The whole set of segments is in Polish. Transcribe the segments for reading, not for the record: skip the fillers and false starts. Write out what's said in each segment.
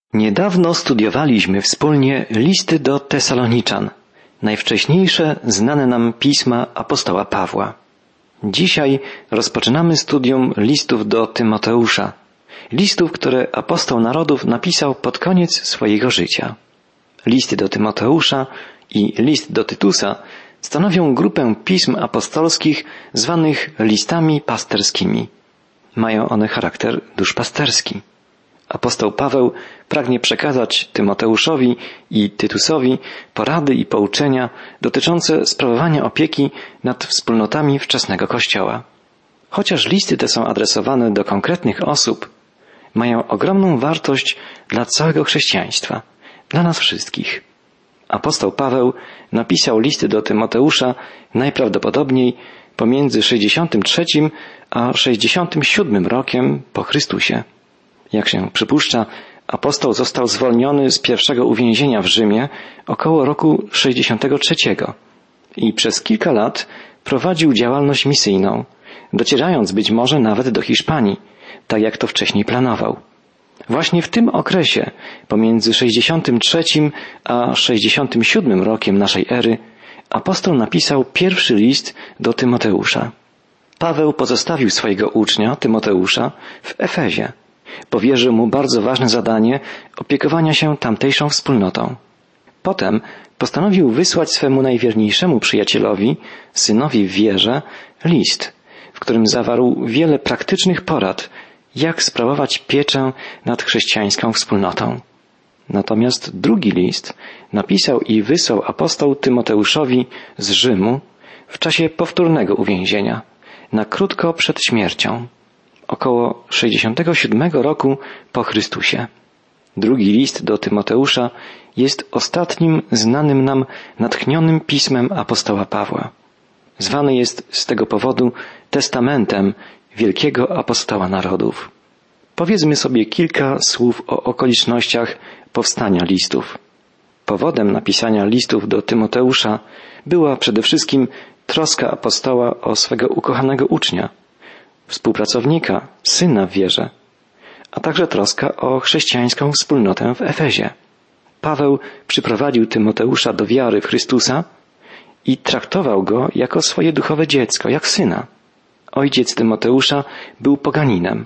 Niedawno studiowaliśmy wspólnie listy do Tesaloniczan, najwcześniejsze znane nam pisma apostoła Pawła. Dzisiaj rozpoczynamy studium listów do Tymoteusza, listów, które apostoł narodów napisał pod koniec swojego życia. Listy do Tymoteusza i list do Tytusa stanowią grupę pism apostolskich zwanych listami pasterskimi. Mają one charakter duszpasterski. Apostoł Paweł pragnie przekazać Tymoteuszowi i Tytusowi porady i pouczenia dotyczące sprawowania opieki nad wspólnotami wczesnego Kościoła. Chociaż listy te są adresowane do konkretnych osób, mają ogromną wartość dla całego chrześcijaństwa, dla nas wszystkich. Apostoł Paweł napisał listy do Tymoteusza najprawdopodobniej pomiędzy 63 a 67 rokiem po Chrystusie. Jak się przypuszcza, apostoł został zwolniony z pierwszego uwięzienia w Rzymie około roku 63 i przez kilka lat prowadził działalność misyjną, docierając być może nawet do Hiszpanii, tak jak to wcześniej planował. Właśnie w tym okresie, pomiędzy 63 a 67 rokiem naszej ery, apostoł napisał pierwszy list do Tymoteusza. Paweł pozostawił swojego ucznia, Tymoteusza, w Efezie. Powierzył mu bardzo ważne zadanie opiekowania się tamtejszą wspólnotą. Potem postanowił wysłać swemu najwierniejszemu przyjacielowi, synowi w wierze, list, w którym zawarł wiele praktycznych porad, jak sprawować pieczę nad chrześcijańską wspólnotą. Natomiast drugi list napisał i wysłał apostoł Tymoteuszowi z Rzymu w czasie powtórnego uwięzienia, na krótko przed śmiercią, około 67 roku po Chrystusie. Drugi list do Tymoteusza jest ostatnim znanym nam natchnionym pismem apostoła Pawła. Zwany jest z tego powodu testamentem wielkiego apostoła narodów. Powiedzmy sobie kilka słów o okolicznościach powstania listów. Powodem napisania listów do Tymoteusza była przede wszystkim troska apostoła o swego ukochanego ucznia, współpracownika, syna w wierze, a także troska o chrześcijańską wspólnotę w Efezie. Paweł przyprowadził Tymoteusza do wiary w Chrystusa i traktował go jako swoje duchowe dziecko, jak syna. Ojciec Tymoteusza był poganinem,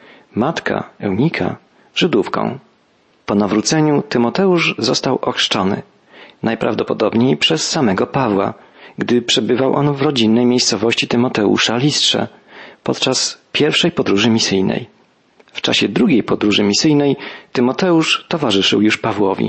matka Eunika Żydówką. Po nawróceniu Tymoteusz został ochrzczony, najprawdopodobniej przez samego Pawła, gdy przebywał on w rodzinnej miejscowości Tymoteusza, Listrze, podczas pierwszej podróży misyjnej. W czasie drugiej podróży misyjnej Tymoteusz towarzyszył już Pawłowi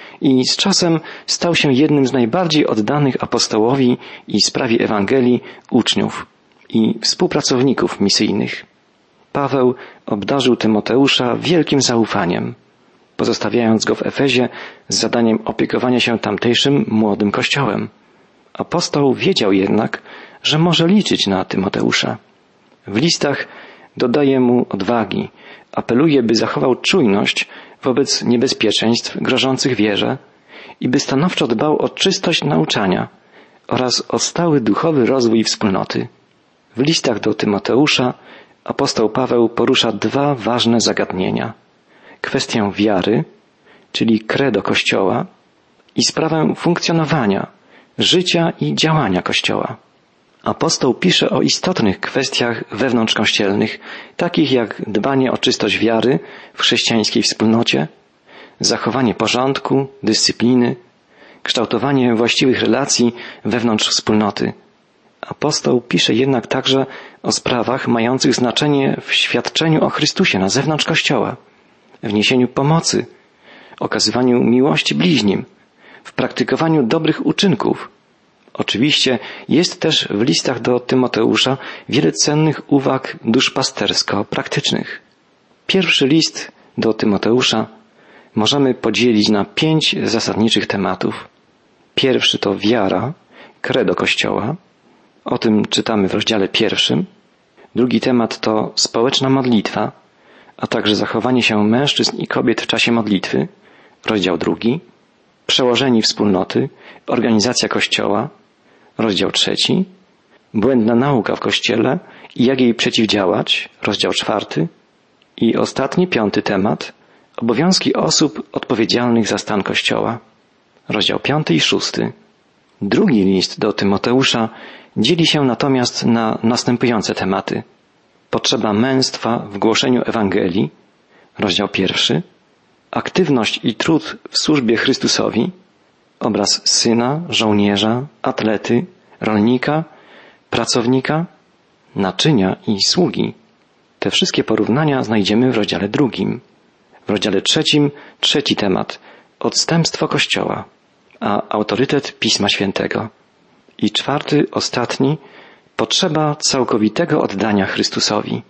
i z czasem stał się jednym z najbardziej oddanych apostołowi i sprawie Ewangelii uczniów i współpracowników misyjnych. Paweł obdarzył Tymoteusza wielkim zaufaniem, pozostawiając go w Efezie z zadaniem opiekowania się tamtejszym młodym kościołem. Apostoł wiedział jednak, że może liczyć na Tymoteusza. W listach dodaje mu odwagi, apeluje, by zachował czujność wobec niebezpieczeństw grożących wierze i by stanowczo dbał o czystość nauczania oraz o stały duchowy rozwój wspólnoty. W listach do Tymoteusza apostoł Paweł porusza dwa ważne zagadnienia. Kwestię wiary, czyli credo Kościoła, i sprawę funkcjonowania, życia i działania Kościoła. Apostoł pisze o istotnych kwestiach wewnątrzkościelnych, takich jak dbanie o czystość wiary w chrześcijańskiej wspólnocie, zachowanie porządku, dyscypliny, kształtowanie właściwych relacji wewnątrz wspólnoty. Apostoł pisze jednak także o sprawach mających znaczenie w świadczeniu o Chrystusie na zewnątrz Kościoła, w niesieniu pomocy, okazywaniu miłości bliźnim, w praktykowaniu dobrych uczynków. Oczywiście jest też w listach do Tymoteusza wiele cennych uwag duszpastersko-praktycznych. Pierwszy list do Tymoteusza możemy podzielić na 5 zasadniczych tematów. Pierwszy to wiara, credo Kościoła. O tym czytamy w rozdziale 1. Drugi temat to społeczna modlitwa, a także zachowanie się mężczyzn i kobiet w czasie modlitwy. Rozdział 2. Przełożeni wspólnoty, organizacja Kościoła. Rozdział 3. Błędna nauka w Kościele i jak jej przeciwdziałać. Rozdział 4. I ostatni, 5. temat. Obowiązki osób odpowiedzialnych za stan Kościoła. Rozdział 5 i 6. Drugi list do Tymoteusza dzieli się natomiast na następujące tematy. Potrzeba męstwa w głoszeniu Ewangelii, rozdział 1. Aktywność i trud w służbie Chrystusowi, obraz syna, żołnierza, atlety, rolnika, pracownika, naczynia i sługi. Te wszystkie porównania znajdziemy w rozdziale 2. W rozdziale 3 trzeci temat, odstępstwo Kościoła, a autorytet Pisma Świętego. I 4, ostatni, potrzeba całkowitego oddania Chrystusowi.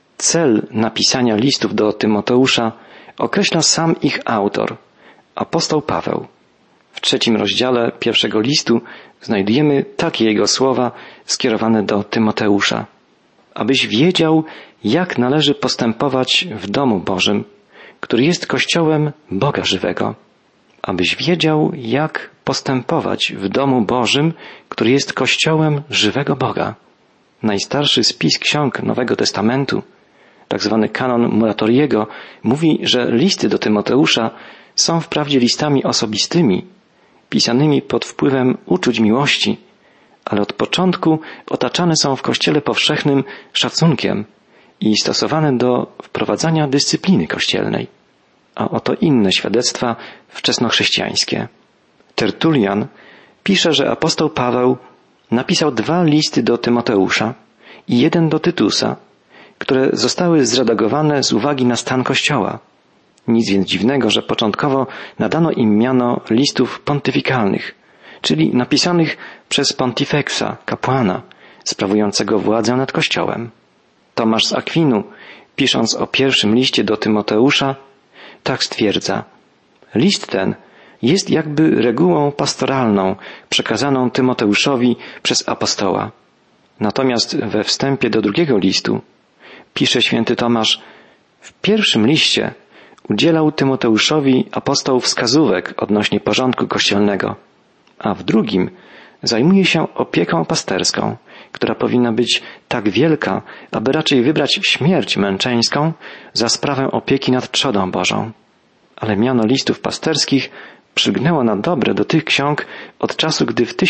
Cel napisania listów do Tymoteusza określa sam ich autor, apostoł Paweł. W 3 rozdziale 1 listu znajdujemy takie jego słowa skierowane do Tymoteusza. Abyś wiedział, jak należy postępować w domu Bożym, który jest Kościołem Boga żywego. Abyś wiedział, jak postępować w domu Bożym, który jest Kościołem żywego Boga. Najstarszy spis ksiąg Nowego Testamentu, tak zwany kanon Muratoriego, mówi, że listy do Tymoteusza są wprawdzie listami osobistymi, pisanymi pod wpływem uczuć miłości, ale od początku otaczane są w Kościele powszechnym szacunkiem i stosowane do wprowadzania dyscypliny kościelnej. A oto inne świadectwa wczesnochrześcijańskie. Tertulian pisze, że apostoł Paweł napisał 2 listy do Tymoteusza i 1 do Tytusa, które zostały zredagowane z uwagi na stan Kościoła. Nic więc dziwnego, że początkowo nadano im miano listów pontyfikalnych, czyli napisanych przez pontifeksa, kapłana, sprawującego władzę nad Kościołem. Tomasz z Akwinu, pisząc o pierwszym liście do Tymoteusza, tak stwierdza: list ten jest jakby regułą pastoralną przekazaną Tymoteuszowi przez apostoła. Natomiast we wstępie do 2 listu pisze święty Tomasz: w pierwszym liście udzielał Tymoteuszowi apostoł wskazówek odnośnie porządku kościelnego, a w 2 zajmuje się opieką pasterską, która powinna być tak wielka, aby raczej wybrać śmierć męczeńską za sprawę opieki nad trzodą Bożą. Ale miano listów pasterskich przygnęło na dobre do tych ksiąg od czasu, gdy w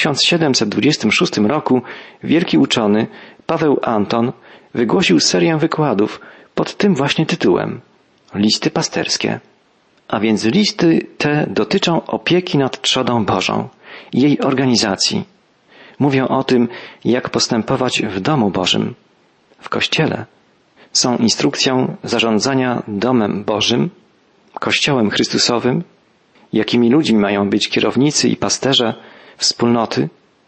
1726 roku wielki uczony Paweł Anton wygłosił serię wykładów pod tym właśnie tytułem Listy pasterskie. A więc listy te dotyczą opieki nad trzodą Bożą, jej organizacji. Mówią o tym, jak postępować w domu Bożym, w Kościele. Są instrukcją zarządzania domem Bożym, Kościołem Chrystusowym, jakimi ludźmi mają być kierownicy i pasterze wspólnoty,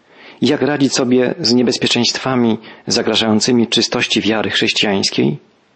jak radzić sobie z niebezpieczeństwami zagrażającymi czystości wiary chrześcijańskiej.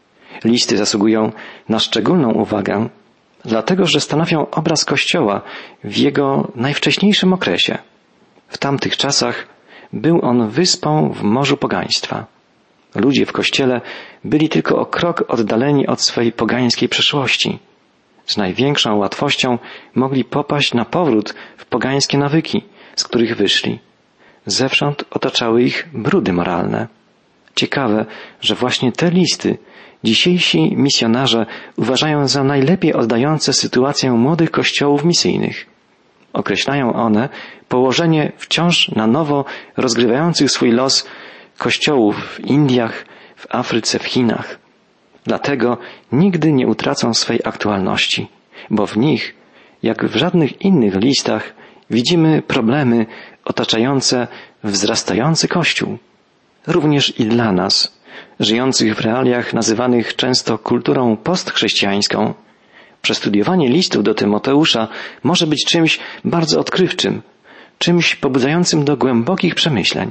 Listy zasługują na szczególną uwagę, dlatego że stanowią obraz Kościoła w jego najwcześniejszym okresie. W tamtych czasach był on wyspą w morzu pogaństwa. Ludzie w Kościele byli tylko o krok oddaleni od swojej pogańskiej przeszłości. Z największą łatwością mogli popaść na powrót w pogańskie nawyki, z których wyszli. Zewsząd otaczały ich brudy moralne. Ciekawe, że właśnie te listy dzisiejsi misjonarze uważają za najlepiej oddające sytuację młodych kościołów misyjnych. Określają one położenie wciąż na nowo rozgrywających swój los kościołów w Indiach, w Afryce, w Chinach. Dlatego nigdy nie utracą swej aktualności, bo w nich, jak w żadnych innych listach, widzimy problemy otaczające wzrastający Kościół. Również i dla nas, żyjących w realiach nazywanych często kulturą postchrześcijańską, przestudiowanie listów do Tymoteusza może być czymś bardzo odkrywczym, czymś pobudzającym do głębokich przemyśleń.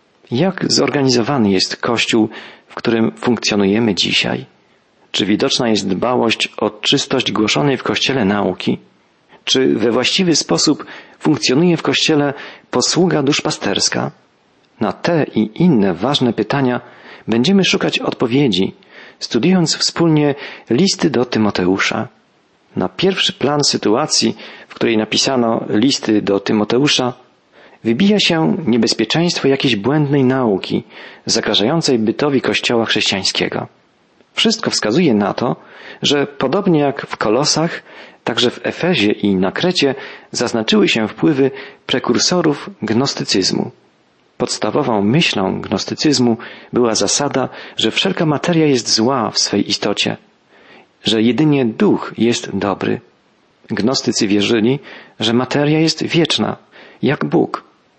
Jak zorganizowany jest Kościół, w którym funkcjonujemy dzisiaj? Czy widoczna jest dbałość o czystość głoszonej w Kościele nauki? Czy we właściwy sposób funkcjonuje w Kościele posługa duszpasterska? Na te i inne ważne pytania będziemy szukać odpowiedzi, studiując wspólnie listy do Tymoteusza. Na pierwszy plan sytuacji, w której napisano listy do Tymoteusza, wybija się niebezpieczeństwo jakiejś błędnej nauki zagrażającej bytowi Kościoła chrześcijańskiego. Wszystko wskazuje na to, że podobnie jak w Kolosach, także w Efezie i na Krecie zaznaczyły się wpływy prekursorów gnostycyzmu. Podstawową myślą gnostycyzmu była zasada, że wszelka materia jest zła w swej istocie, że jedynie duch jest dobry. Gnostycy wierzyli, że materia jest wieczna, jak Bóg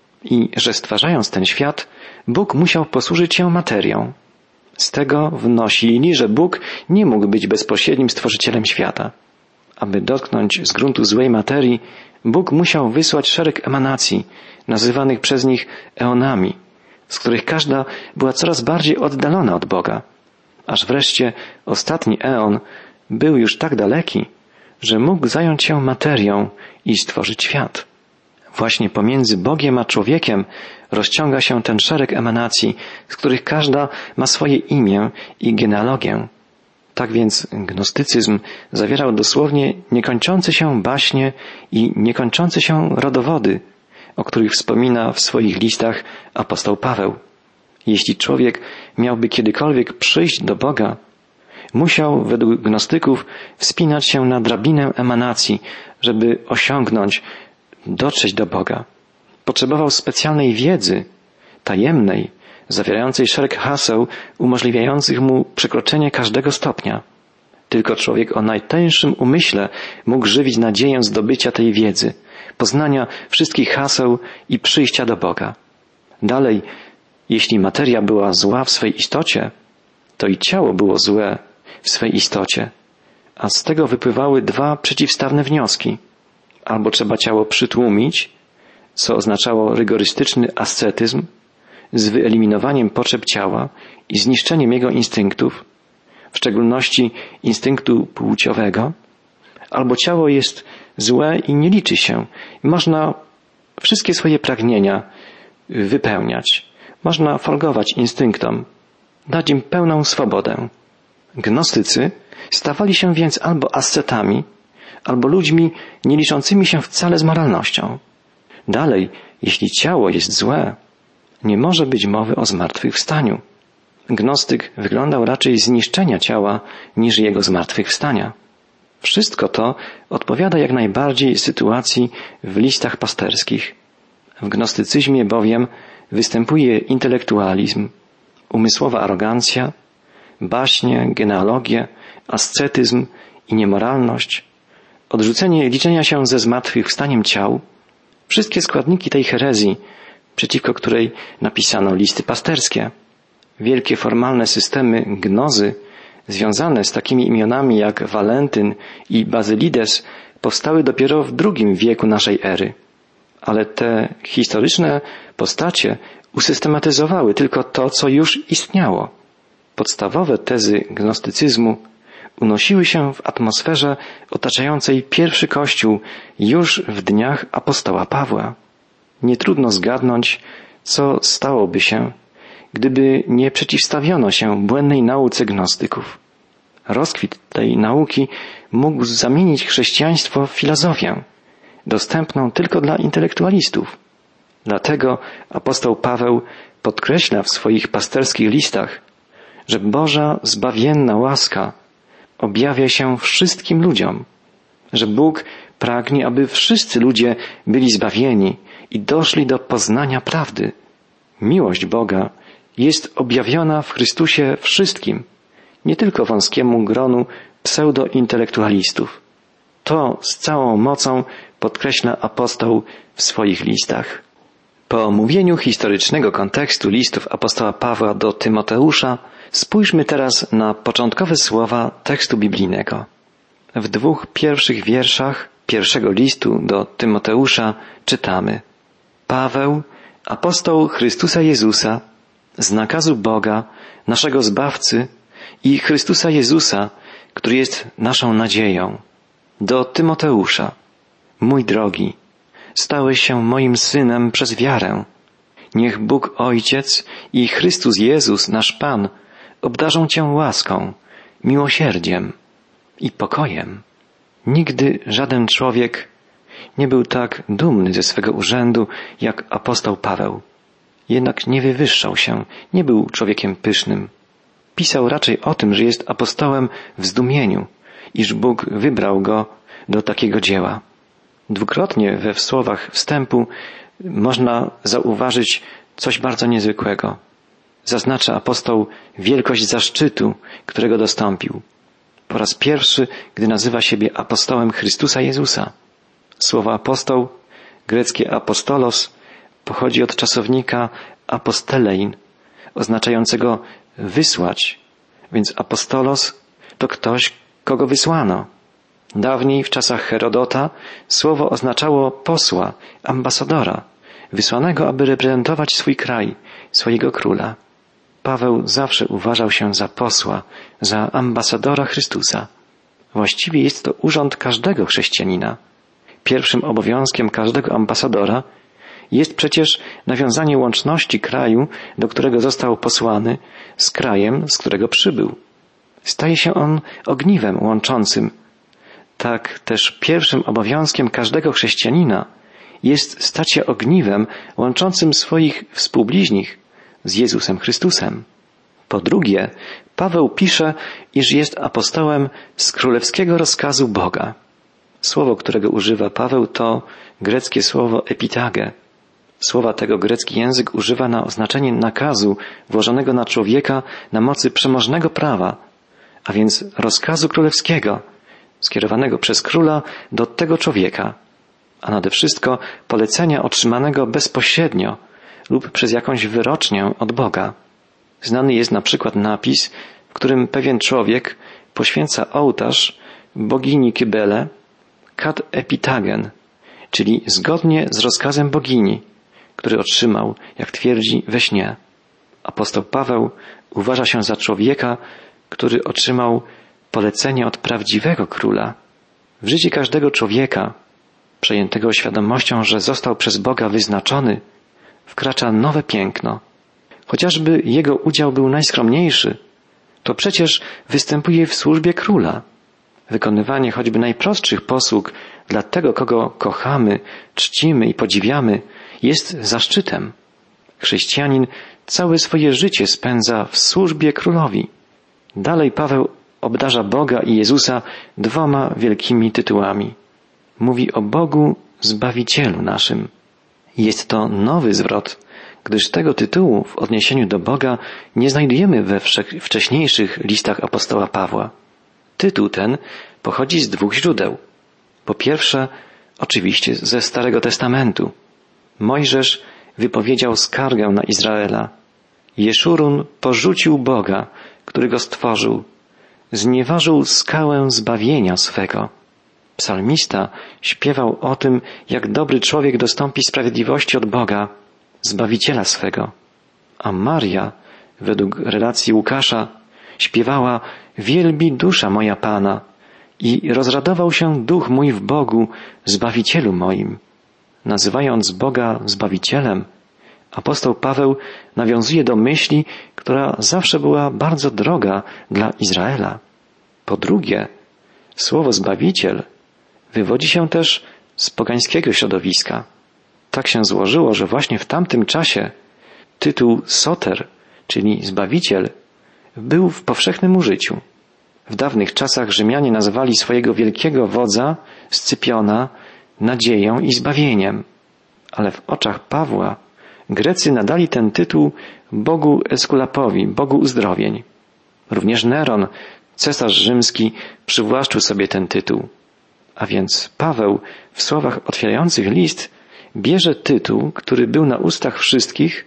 i że stwarzając ten świat, Bóg musiał posłużyć się materią. Z tego wnosili, że Bóg nie mógł być bezpośrednim stworzycielem świata. Aby dotknąć z gruntu złej materii, Bóg musiał wysłać szereg emanacji, nazywanych przez nich eonami, z których każda była coraz bardziej oddalona od Boga, aż wreszcie ostatni eon był już tak daleki, że mógł zająć się materią i stworzyć świat. Właśnie pomiędzy Bogiem a człowiekiem rozciąga się ten szereg emanacji, z których każda ma swoje imię i genealogię. Tak więc gnostycyzm zawierał dosłownie niekończące się baśnie i niekończące się rodowody, o których wspomina w swoich listach apostoł Paweł. Jeśli człowiek miałby kiedykolwiek przyjść do Boga, musiał według gnostyków wspinać się na drabinę emanacji, żeby osiągnąć, dotrzeć do Boga. Potrzebował specjalnej wiedzy, tajemnej, zawierającej szereg haseł umożliwiających mu przekroczenie każdego stopnia. Tylko człowiek o najtańszym umyśle mógł żywić nadzieję zdobycia tej wiedzy, poznania wszystkich haseł i przyjścia do Boga. Dalej, jeśli materia była zła w swej istocie, to i ciało było złe w swej istocie, a z tego wypływały dwa przeciwstawne wnioski. Albo trzeba ciało przytłumić, co oznaczało rygorystyczny ascetyzm, z wyeliminowaniem potrzeb ciała i zniszczeniem jego instynktów, w szczególności instynktu płciowego, albo ciało jest złe i nie liczy się. Można wszystkie swoje pragnienia wypełniać. Można folgować instynktom, dać im pełną swobodę. Gnostycy stawali się więc albo ascetami, albo ludźmi nie liczącymi się wcale z moralnością. Dalej, jeśli ciało jest złe, nie może być mowy o zmartwychwstaniu. Gnostyk wyglądał raczej zniszczenia ciała niż jego zmartwychwstania. Wszystko to odpowiada jak najbardziej sytuacji w listach pasterskich. W gnostycyzmie bowiem występuje intelektualizm, umysłowa arogancja, baśnie, genealogie, ascetyzm i niemoralność, odrzucenie liczenia się ze zmartwychwstaniem ciał, wszystkie składniki tej herezji, przeciwko której napisano listy pasterskie. Wielkie formalne systemy gnozy związane z takimi imionami jak Walentyn i Bazylides powstały dopiero w II wieku naszej ery. Ale te historyczne postacie usystematyzowały tylko to, co już istniało. Podstawowe tezy gnostycyzmu unosiły się w atmosferze otaczającej pierwszy Kościół już w dniach apostoła Pawła. Nie trudno zgadnąć, co stałoby się, gdyby nie przeciwstawiono się błędnej nauce gnostyków. Rozkwit tej nauki mógł zamienić chrześcijaństwo w filozofię, dostępną tylko dla intelektualistów. Dlatego apostoł Paweł podkreśla w swoich pasterskich listach, że Boża zbawienna łaska objawia się wszystkim ludziom, że Bóg pragnie, aby wszyscy ludzie byli zbawieni i doszli do poznania prawdy. Miłość Boga jest objawiona w Chrystusie wszystkim, nie tylko wąskiemu gronu pseudointelektualistów. To z całą mocą podkreśla apostoł w swoich listach. Po omówieniu historycznego kontekstu listów apostoła Pawła do Tymoteusza spójrzmy teraz na początkowe słowa tekstu biblijnego. W 2 pierwszych wierszach pierwszego listu do Tymoteusza czytamy: Paweł, apostoł Chrystusa Jezusa, z nakazu Boga, naszego Zbawcy i Chrystusa Jezusa, który jest naszą nadzieją, do Tymoteusza. Mój drogi, stałeś się moim synem przez wiarę. Niech Bóg Ojciec i Chrystus Jezus, nasz Pan, obdarzą cię łaską, miłosierdziem i pokojem. Nigdy żaden człowiek nie był tak dumny ze swego urzędu jak apostoł Paweł. Jednak nie wywyższał się, nie był człowiekiem pysznym. pisał raczej o tym, że jest apostołem w zdumieniu, iż Bóg wybrał go do takiego dzieła. Dwukrotnie we słowach wstępu można zauważyć coś bardzo niezwykłego. Zaznacza apostoł wielkość zaszczytu, którego dostąpił. Po raz pierwszy, gdy nazywa siebie apostołem Chrystusa Jezusa. Słowo apostoł, greckie apostolos, pochodzi od czasownika apostelein, oznaczającego wysłać, więc apostolos to ktoś, kogo wysłano. Dawniej, w czasach Herodota, słowo oznaczało posła, ambasadora, wysłanego, aby reprezentować swój kraj, swojego króla. Paweł zawsze uważał się za posła, za ambasadora Chrystusa. Właściwie jest to urząd każdego chrześcijanina. Pierwszym obowiązkiem każdego ambasadora jest przecież nawiązanie łączności kraju, do którego został posłany, z krajem, z którego przybył. Staje się on ogniwem łączącym. Tak też pierwszym obowiązkiem każdego chrześcijanina jest stać się ogniwem łączącym swoich współbliźnich z Jezusem Chrystusem. Po drugie, Paweł pisze, iż jest apostołem z królewskiego rozkazu Boga. Słowo, którego używa Paweł, to greckie słowo epitage. Słowa tego grecki język używa na oznaczenie nakazu włożonego na człowieka na mocy przemożnego prawa, a więc rozkazu królewskiego, skierowanego przez króla do tego człowieka, a nade wszystko polecenia otrzymanego bezpośrednio lub przez jakąś wyrocznię od Boga. Znany jest na przykład napis, w którym pewien człowiek poświęca ołtarz bogini Kybele kat epitagen, czyli zgodnie z rozkazem bogini, który otrzymał, jak twierdzi, we śnie. Apostoł Paweł uważa się za człowieka, który otrzymał polecenie od prawdziwego króla. W życiu każdego człowieka, przejętego świadomością, że został przez Boga wyznaczony, wkracza nowe piękno. Chociażby jego udział był najskromniejszy, to przecież występuje w służbie króla. Wykonywanie choćby najprostszych posług dla tego, kogo kochamy, czcimy i podziwiamy, jest zaszczytem. Chrześcijanin całe swoje życie spędza w służbie królowi. Dalej Paweł obdarza Boga i Jezusa dwoma wielkimi tytułami. Mówi o Bogu Zbawicielu naszym. Jest to nowy zwrot, gdyż tego tytułu w odniesieniu do Boga nie znajdujemy we wcześniejszych listach apostoła Pawła. Tytuł ten pochodzi z dwóch źródeł. Po pierwsze, oczywiście ze Starego Testamentu. Mojżesz wypowiedział skargę na Izraela. Jeszurun porzucił Boga, który go stworzył. Znieważył skałę zbawienia swego. Psalmista śpiewał o tym, jak dobry człowiek dostąpi sprawiedliwości od Boga, Zbawiciela swego. A Maria, według relacji Łukasza, śpiewała: wielbi dusza moja Pana i rozradował się duch mój w Bogu, Zbawicielu moim. Nazywając Boga Zbawicielem, apostoł Paweł nawiązuje do myśli, która zawsze była bardzo droga dla Izraela. Po drugie, słowo Zbawiciel wywodzi się też z pogańskiego środowiska. Tak się złożyło, że właśnie w tamtym czasie tytuł Soter, czyli Zbawiciel, był w powszechnym użyciu. W dawnych czasach Rzymianie nazywali swojego wielkiego wodza, Scypiona, nadzieją i zbawieniem. Ale w oczach Pawła Grecy nadali ten tytuł Bogu Eskulapowi, Bogu uzdrowień. Również Neron, cesarz rzymski, przywłaszczył sobie ten tytuł. A więc Paweł w słowach otwierających list bierze tytuł, który był na ustach wszystkich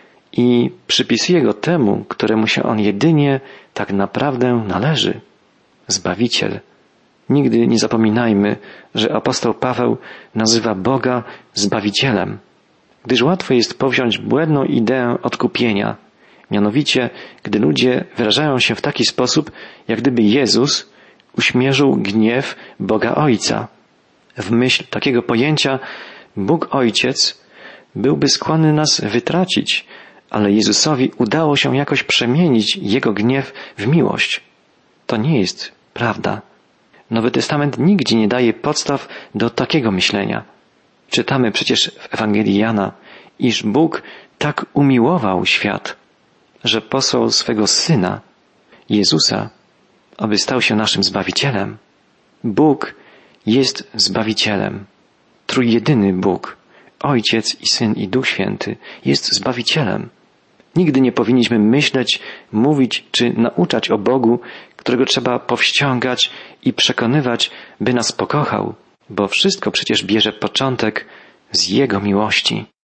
i przypisuje go temu, któremu się on jedynie tak naprawdę należy. Zbawiciel. Nigdy nie zapominajmy, że apostoł Paweł nazywa Boga Zbawicielem, gdyż łatwo jest powziąć błędną ideę odkupienia, mianowicie gdy ludzie wyrażają się w taki sposób, jak gdyby Jezus uśmierzył gniew Boga Ojca. W myśl takiego pojęcia Bóg Ojciec byłby skłonny nas wytracić, ale Jezusowi udało się jakoś przemienić Jego gniew w miłość. To nie jest prawda. Nowy Testament nigdzie nie daje podstaw do takiego myślenia. Czytamy przecież w Ewangelii Jana, iż Bóg tak umiłował świat, że posłał swego Syna, Jezusa, aby stał się naszym Zbawicielem. Bóg jest Zbawicielem. Trójjedyny Bóg, Ojciec i Syn i Duch Święty jest Zbawicielem. Nigdy nie powinniśmy myśleć, mówić czy nauczać o Bogu, którego trzeba powściągać i przekonywać, by nas pokochał, bo wszystko przecież bierze początek z Jego miłości.